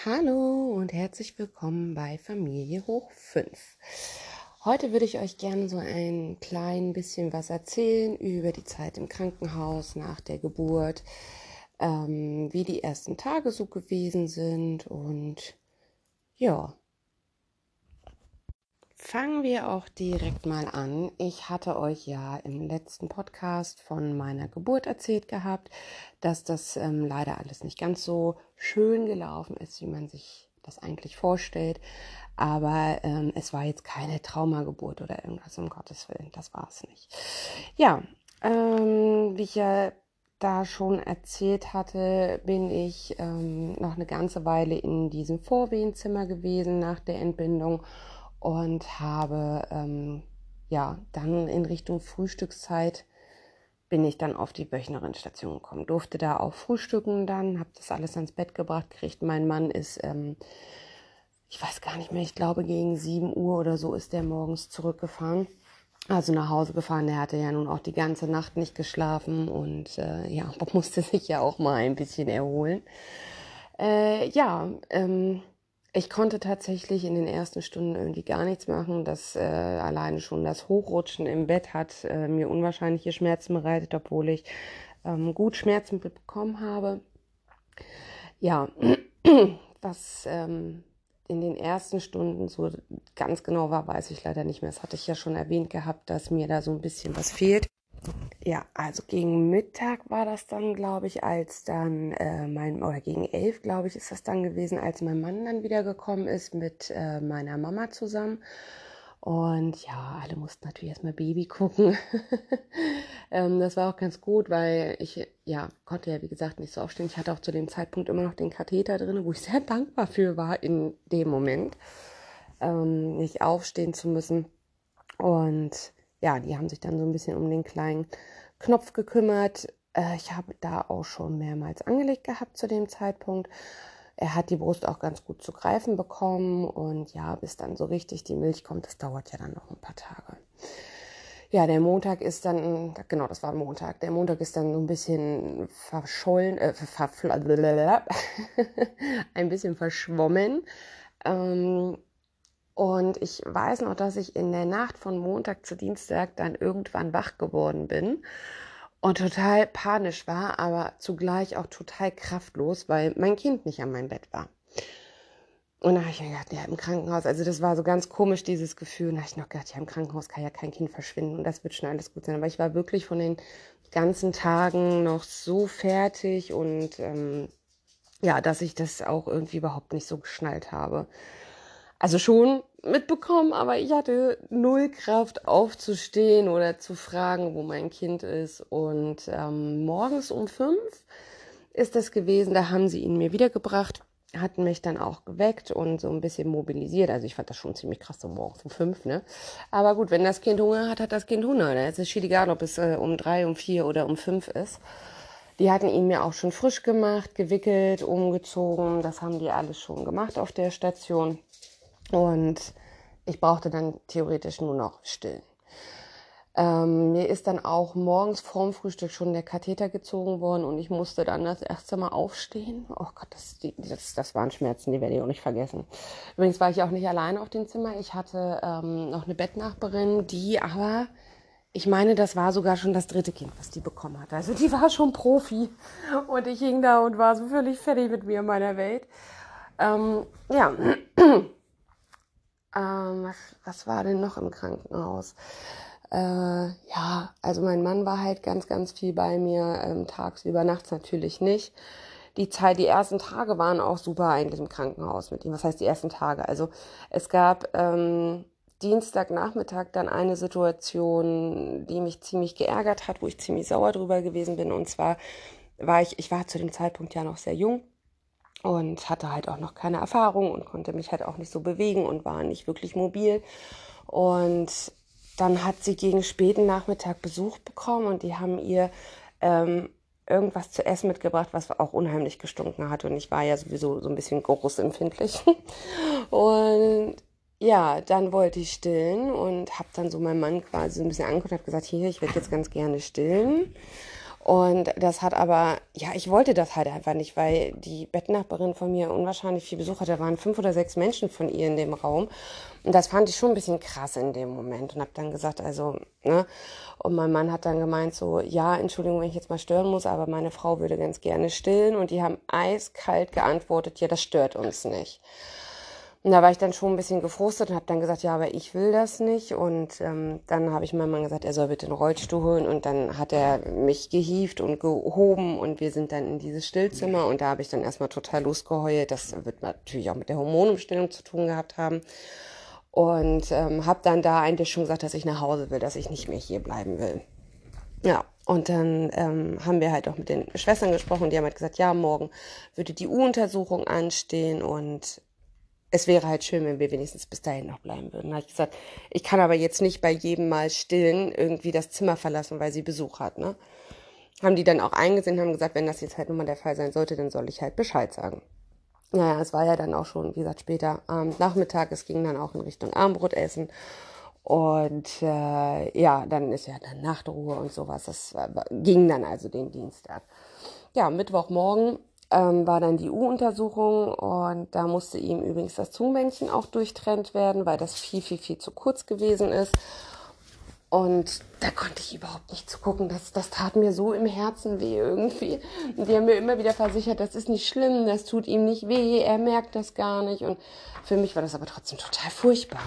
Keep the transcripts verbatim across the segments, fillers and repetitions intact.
Hallo und herzlich willkommen bei Familie hoch fünf. Heute würde ich euch gerne so ein klein bisschen was erzählen über die Zeit im Krankenhaus nach der Geburt, ähm, wie die ersten Tage so gewesen sind und ja. Fangen wir auch direkt mal an. Ich hatte euch ja im letzten Podcast von meiner Geburt erzählt gehabt, dass das ähm, leider alles nicht ganz so schön gelaufen ist, wie man sich das eigentlich vorstellt. Aber ähm, es war jetzt keine Traumageburt oder irgendwas, um Gottes Willen, das war es nicht. Ja, ähm, wie ich ja da schon erzählt hatte, bin ich ähm, noch eine ganze Weile in diesem Vorwehenzimmer gewesen nach der Entbindung und habe ähm, ja dann in Richtung Frühstückszeit bin ich dann auf die Wöchnerinstation gekommen. Durfte da auch frühstücken dann, habe das alles ans Bett gebracht gekriegt. Mein Mann ist, ähm, ich weiß gar nicht mehr, ich glaube gegen sieben Uhr oder so ist der morgens zurückgefahren. Also nach Hause gefahren, der hatte ja nun auch die ganze Nacht nicht geschlafen und äh, ja, musste sich ja auch mal ein bisschen erholen. Äh, ja, ähm, ich konnte tatsächlich in den ersten Stunden irgendwie gar nichts machen. Das äh, alleine schon das Hochrutschen im Bett hat äh, mir unwahrscheinliche Schmerzen bereitet, obwohl ich ähm, gut Schmerzen bekommen habe. Ja, was ähm, in den ersten Stunden so ganz genau war, weiß ich leider nicht mehr. Das hatte ich ja schon erwähnt gehabt, dass mir da so ein bisschen was fehlt. Ja, also gegen Mittag war das dann, glaube ich, als dann äh, mein, oder gegen elf, glaube ich, ist das dann gewesen, als mein Mann dann wieder gekommen ist mit äh, meiner Mama zusammen. Und ja, alle mussten natürlich erstmal Baby gucken. ähm, das war auch ganz gut, weil ich, ja, konnte ja, wie gesagt, nicht so aufstehen. Ich hatte auch zu dem Zeitpunkt immer noch den Katheter drin, wo ich sehr dankbar für war in dem Moment, ähm, nicht aufstehen zu müssen. Und ja, die haben sich dann so ein bisschen um den kleinen Knopf gekümmert. Äh, ich habe da auch schon mehrmals angelegt gehabt zu dem Zeitpunkt. Er hat die Brust auch ganz gut zu greifen bekommen. Und ja, bis dann so richtig die Milch kommt, das dauert ja dann noch ein paar Tage. Ja, der Montag ist dann, genau, das war Montag. Der Montag ist dann so ein bisschen verschollen, äh, ein bisschen verschwommen. Ähm, Und ich weiß noch, dass ich in der Nacht von Montag zu Dienstag dann irgendwann wach geworden bin und total panisch war, aber zugleich auch total kraftlos, weil mein Kind nicht an meinem Bett war. Und da habe ich mir gedacht, ja, im Krankenhaus, also das war so ganz komisch, dieses Gefühl. Und da habe ich noch gedacht, ja, im Krankenhaus kann ja kein Kind verschwinden und das wird schon alles gut sein. Aber ich war wirklich von den ganzen Tagen noch so fertig und ähm, ja, dass ich das auch irgendwie überhaupt nicht so geschnallt habe. Also schon mitbekommen, aber ich hatte null Kraft aufzustehen oder zu fragen, wo mein Kind ist. Und ähm, morgens um fünf ist das gewesen, da haben sie ihn mir wiedergebracht, hatten mich dann auch geweckt und so ein bisschen mobilisiert. Also ich fand das schon ziemlich krass, so morgens um fünf, ne? Aber gut, wenn das Kind Hunger hat, hat das Kind Hunger. Da ist es egal, ob es äh, um drei, um vier oder um fünf ist. Die hatten ihn mir auch schon frisch gemacht, gewickelt, umgezogen. Das haben die alles schon gemacht auf der Station. Und ich brauchte dann theoretisch nur noch stillen. Ähm, mir ist dann auch morgens vorm Frühstück schon der Katheter gezogen worden und ich musste dann das erste Mal aufstehen. Oh Gott, das, die, das, das waren Schmerzen, die werde ich auch nicht vergessen. Übrigens war ich auch nicht alleine auf dem Zimmer. Ich hatte ähm, noch eine Bettnachbarin, die aber, ich meine, das war sogar schon das dritte Kind, was die bekommen hat. Also die war schon Profi und ich hing da und war so völlig fertig mit mir in meiner Welt. Ähm, ja, ähm, was, was war denn noch im Krankenhaus? Äh, ja, also mein Mann war halt ganz, ganz viel bei mir, ähm, tagsüber, nachts natürlich nicht. Die Zeit, die ersten Tage waren auch super eigentlich im Krankenhaus mit ihm. Was heißt die ersten Tage? Also es gab ähm, Dienstagnachmittag dann eine Situation, die mich ziemlich geärgert hat, wo ich ziemlich sauer drüber gewesen bin. Und zwar war ich, ich war zu dem Zeitpunkt ja noch sehr jung und hatte halt auch noch keine Erfahrung und konnte mich halt auch nicht so bewegen und war nicht wirklich mobil. Und dann hat sie gegen späten Nachmittag Besuch bekommen und die haben ihr ähm, irgendwas zu essen mitgebracht, was auch unheimlich gestunken hat. Und ich war ja sowieso so ein bisschen geruchsempfindlich. Und ja, dann wollte ich stillen und habe dann so meinen Mann quasi so ein bisschen angeguckt und habe gesagt, hier, ich würde jetzt ganz gerne stillen. Und das hat aber, ja, ich wollte das halt einfach nicht, weil die Bettnachbarin von mir unwahrscheinlich viel Besuch hatte. Da waren fünf oder sechs Menschen von ihr in dem Raum. Und das fand ich schon ein bisschen krass in dem Moment und habe dann gesagt, also, ne? Und mein Mann hat dann gemeint so, ja, Entschuldigung, wenn ich jetzt mal stören muss, aber meine Frau würde ganz gerne stillen. Und die haben eiskalt geantwortet, ja, das stört uns nicht. Und da war ich dann schon ein bisschen gefrustet und habe dann gesagt, ja, aber ich will das nicht. Und ähm, dann habe ich meinem Mann gesagt, er soll bitte einen Rollstuhl holen. Und dann hat er mich gehievt und gehoben und wir sind dann in dieses Stillzimmer. Und da habe ich dann erstmal total losgeheult. Das wird natürlich auch mit der Hormonumstellung zu tun gehabt haben. Und ähm, habe dann da eigentlich schon gesagt, dass ich nach Hause will, dass ich nicht mehr hier bleiben will. Ja, und dann ähm, haben wir halt auch mit den Schwestern gesprochen. Die haben halt gesagt, ja, morgen würde die U-Untersuchung anstehen und es wäre halt schön, wenn wir wenigstens bis dahin noch bleiben würden. Da habe ich gesagt, ich kann aber jetzt nicht bei jedem Mal stillen irgendwie das Zimmer verlassen, weil sie Besuch hat, ne? Haben die dann auch eingesehen, haben gesagt, wenn das jetzt halt nun mal der Fall sein sollte, dann soll ich halt Bescheid sagen. Naja, es war ja dann auch schon, wie gesagt, später am Nachmittag. Es ging dann auch in Richtung Abendbrotessen. Und äh, ja, dann ist ja dann Nachtruhe und sowas. Das äh, ging dann also den Dienstag. Ja, Mittwochmorgen ähm, war dann die U-Untersuchung und da musste ihm übrigens das Zungenbändchen auch durchtrennt werden, weil das viel, viel, viel zu kurz gewesen ist. Und da konnte ich überhaupt nicht zugucken. Das, das tat mir so im Herzen weh irgendwie. Und die haben mir immer wieder versichert, das ist nicht schlimm, das tut ihm nicht weh, er merkt das gar nicht. Und für mich war das aber trotzdem total furchtbar.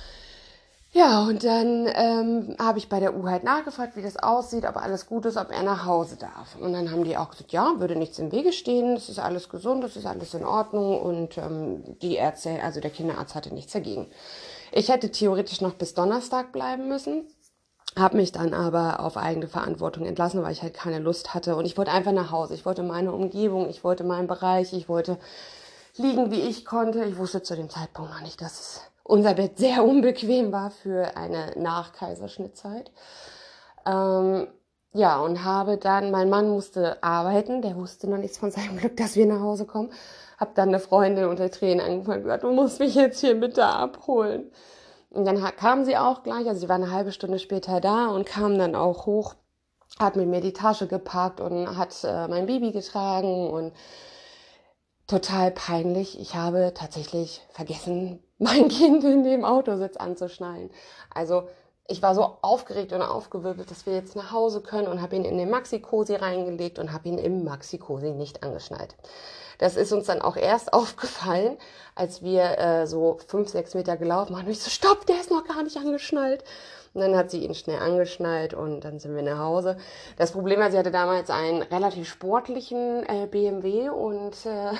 Ja, und dann ähm, habe ich bei der U halt nachgefragt, wie das aussieht, ob alles gut ist, ob er nach Hause darf. Und dann haben die auch gesagt, ja, würde nichts im Wege stehen, es ist alles gesund, es ist alles in Ordnung und ähm, die Ärzte, also der Kinderarzt hatte nichts dagegen. Ich hätte theoretisch noch bis Donnerstag bleiben müssen, habe mich dann aber auf eigene Verantwortung entlassen, weil ich halt keine Lust hatte und ich wollte einfach nach Hause. Ich wollte meine Umgebung, ich wollte meinen Bereich, ich wollte liegen, wie ich konnte. Ich wusste zu dem Zeitpunkt noch nicht, dass es unser Bett sehr unbequem war für eine Nachkaiserschnittzeit. Ähm, ja, und habe dann, mein Mann musste arbeiten, der wusste noch nichts von seinem Glück, dass wir nach Hause kommen. Hab dann eine Freundin unter Tränen angefangen und gesagt, du musst mich jetzt hier bitte abholen. Und dann kam sie auch gleich, also sie war eine halbe Stunde später da und kam dann auch hoch, hat mit mir die Tasche gepackt und hat äh, mein Baby getragen und total peinlich. Ich habe tatsächlich vergessen, mein Kind in dem Autositz anzuschnallen. Also ich war so aufgeregt und aufgewirbelt, dass wir jetzt nach Hause können und habe ihn in den Maxi-Cosi reingelegt und habe ihn im Maxi-Cosi nicht angeschnallt. Das ist uns dann auch erst aufgefallen, als wir äh, so fünf, sechs Meter gelaufen waren. Und ich so, stopp, der ist noch gar nicht angeschnallt. Und dann hat sie ihn schnell angeschnallt und dann sind wir nach Hause. Das Problem war, sie hatte damals einen relativ sportlichen äh, B M W und äh,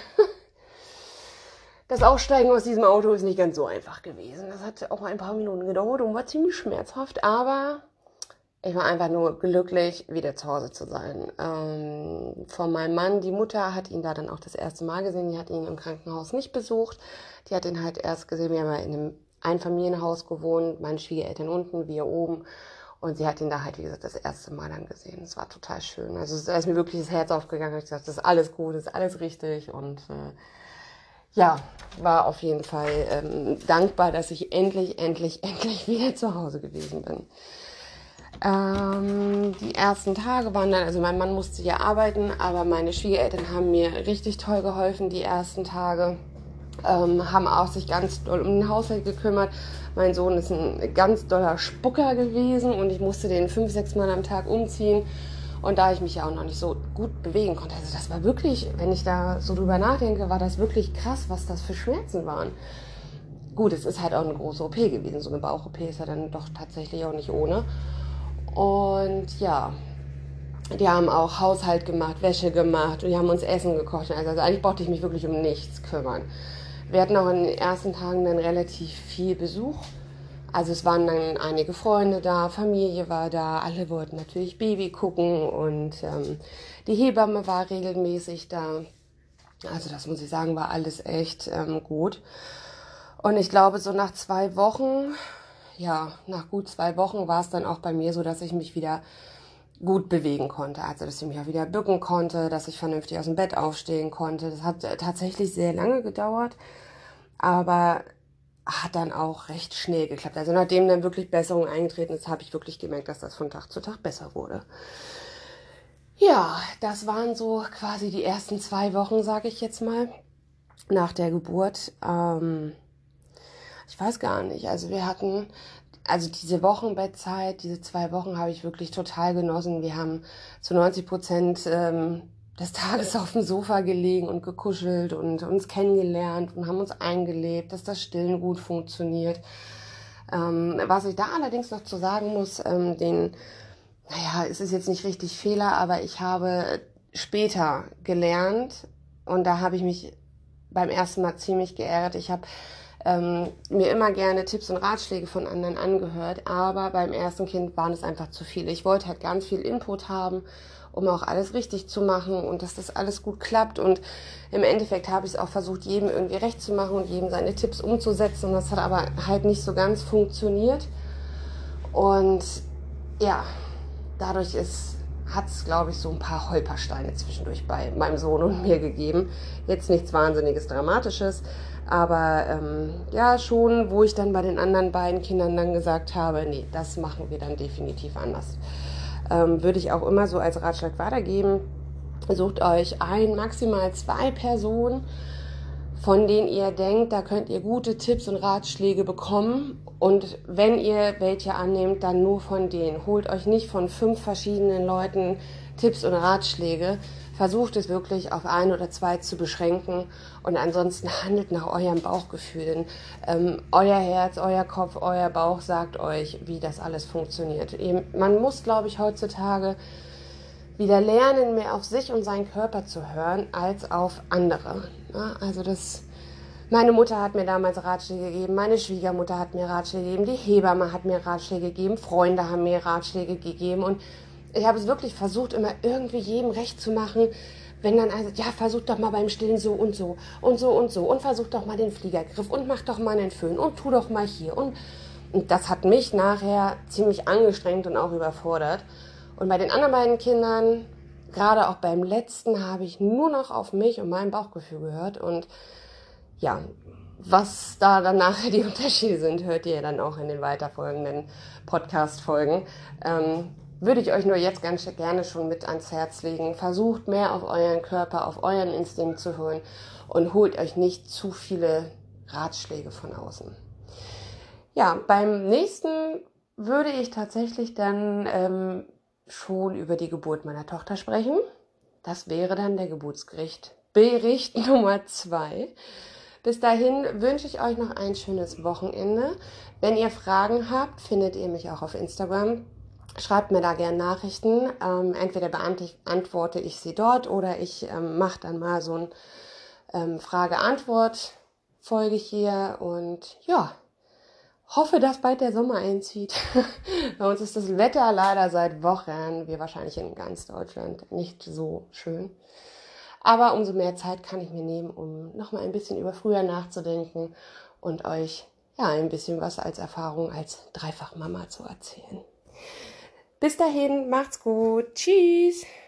das Aussteigen aus diesem Auto ist nicht ganz so einfach gewesen. Das hat auch ein paar Minuten gedauert und war ziemlich schmerzhaft, aber ich war einfach nur glücklich, wieder zu Hause zu sein. Ähm, von meinem Mann, die Mutter hat ihn da dann auch das erste Mal gesehen. Die hat ihn im Krankenhaus nicht besucht. Die hat ihn halt erst gesehen, wir haben ja in einem Einfamilienhaus gewohnt, meine Schwiegereltern unten, wir oben. Und sie hat ihn da halt, wie gesagt, das erste Mal dann gesehen. Es war total schön. Also da ist mir wirklich das Herz aufgegangen. Ich gesagt, das ist alles gut, das ist alles richtig. Und äh, ja, war auf jeden Fall ähm, dankbar, dass ich endlich, endlich, endlich wieder zu Hause gewesen bin. Ähm, die ersten Tage waren dann, also mein Mann musste ja arbeiten, aber meine Schwiegereltern haben mir richtig toll geholfen die ersten Tage. Ähm, haben auch sich ganz doll um den Haushalt gekümmert. Mein Sohn ist ein ganz doller Spucker gewesen und ich musste den fünf, sechs Mal am Tag umziehen. Und da ich mich ja auch noch nicht so gut bewegen konnte, also das war wirklich, wenn ich da so drüber nachdenke, war das wirklich krass, was das für Schmerzen waren. Gut, es ist halt auch eine große O P gewesen. So eine Bauch-O P ist ja dann doch tatsächlich auch nicht ohne. Und ja, die haben auch Haushalt gemacht, Wäsche gemacht und die haben uns Essen gekocht. Also, also eigentlich brauchte ich mich wirklich um nichts kümmern. Wir hatten auch in den ersten Tagen dann relativ viel Besuch. Also es waren dann einige Freunde da, Familie war da, alle wollten natürlich Baby gucken und ähm, die Hebamme war regelmäßig da. Also das muss ich sagen, war alles echt ähm, gut. Und ich glaube, so nach zwei Wochen, ja, nach gut zwei Wochen war es dann auch bei mir so, dass ich mich wieder gut bewegen konnte. Also, dass ich mich auch wieder bücken konnte, dass ich vernünftig aus dem Bett aufstehen konnte. Das hat tatsächlich sehr lange gedauert, aber hat dann auch recht schnell geklappt. Also, nachdem dann wirklich Besserung eingetreten ist, habe ich wirklich gemerkt, dass das von Tag zu Tag besser wurde. Ja, das waren so quasi die ersten zwei Wochen, sage ich jetzt mal, nach der Geburt. Ähm, ich weiß gar nicht. Also wir hatten, also diese Wochenbettzeit, diese zwei Wochen habe ich wirklich total genossen. Wir haben zu neunzig Prozent ähm, des Tages auf dem Sofa gelegen und gekuschelt und uns kennengelernt und haben uns eingelebt, dass das Stillen gut funktioniert. Ähm, was ich da allerdings noch zu sagen muss, ähm, den, naja, es ist jetzt nicht richtig Fehler, aber ich habe später gelernt und da habe ich mich beim ersten Mal ziemlich geärgert. Ich habe ähm, mir immer gerne Tipps und Ratschläge von anderen angehört, aber beim ersten Kind waren es einfach zu viele. Ich wollte halt ganz viel Input haben, um auch alles richtig zu machen und dass das alles gut klappt. Und im Endeffekt habe ich es auch versucht, jedem irgendwie recht zu machen und jedem seine Tipps umzusetzen. Und das hat aber halt nicht so ganz funktioniert. Und ja, dadurch ist hat es, glaube ich, so ein paar Holpersteine zwischendurch bei meinem Sohn und mir gegeben. Jetzt nichts Wahnsinniges Dramatisches, aber ähm, ja, schon, wo ich dann bei den anderen beiden Kindern dann gesagt habe, nee, das machen wir dann definitiv anders. Ähm, würde ich auch immer so als Ratschlag weitergeben. Sucht euch ein, maximal zwei Personen, von denen ihr denkt, da könnt ihr gute Tipps und Ratschläge bekommen. Und wenn ihr welche annehmt, dann nur von denen. Holt euch nicht von fünf verschiedenen Leuten Tipps und Ratschläge. Versucht es wirklich auf ein oder zwei zu beschränken und ansonsten handelt nach eurem Bauchgefühl. Denn ähm, euer Herz, euer Kopf, euer Bauch sagt euch, wie das alles funktioniert. Man muss, glaube ich, heutzutage wieder lernen, mehr auf sich und seinen Körper zu hören, als auf andere. Ja, also das, meine Mutter hat mir damals Ratschläge gegeben, meine Schwiegermutter hat mir Ratschläge gegeben, die Hebamme hat mir Ratschläge gegeben, Freunde haben mir Ratschläge gegeben und ich habe es wirklich versucht, immer irgendwie jedem recht zu machen, wenn dann also, ja, versuch doch mal beim Stillen so und so und so und so und versuch doch mal den Fliegergriff und mach doch mal einen Föhn und tu doch mal hier und, und das hat mich nachher ziemlich angestrengt und auch überfordert. Und bei den anderen beiden Kindern, gerade auch beim letzten, habe ich nur noch auf mich und mein Bauchgefühl gehört. Und ja, was da dann nachher die Unterschiede sind, hört ihr dann auch in den weiterfolgenden Podcast-Folgen. Ähm, würde ich euch nur jetzt ganz gerne schon mit ans Herz legen. Versucht mehr auf euren Körper, auf euren Instinkt zu hören und holt euch nicht zu viele Ratschläge von außen. Ja, beim nächsten würde ich tatsächlich dann ähm, schon über die Geburt meiner Tochter sprechen. Das wäre dann der Geburtsbericht Bericht Nummer zwei. Bis dahin wünsche ich euch noch ein schönes Wochenende. Wenn ihr Fragen habt, findet ihr mich auch auf Instagram. Schreibt mir da gerne Nachrichten. Ähm, entweder beantworte ich sie dort oder ich ähm, mache dann mal so ein ähm, Frage-Antwort-Folge hier. Und ja, hoffe, dass bald der Sommer einzieht. Bei uns ist das Wetter leider seit Wochen, wie wahrscheinlich in ganz Deutschland, nicht so schön. Aber umso mehr Zeit kann ich mir nehmen, um nochmal ein bisschen über früher nachzudenken und euch ja ein bisschen was als Erfahrung als Dreifachmama zu erzählen. Bis dahin, macht's gut. Tschüss.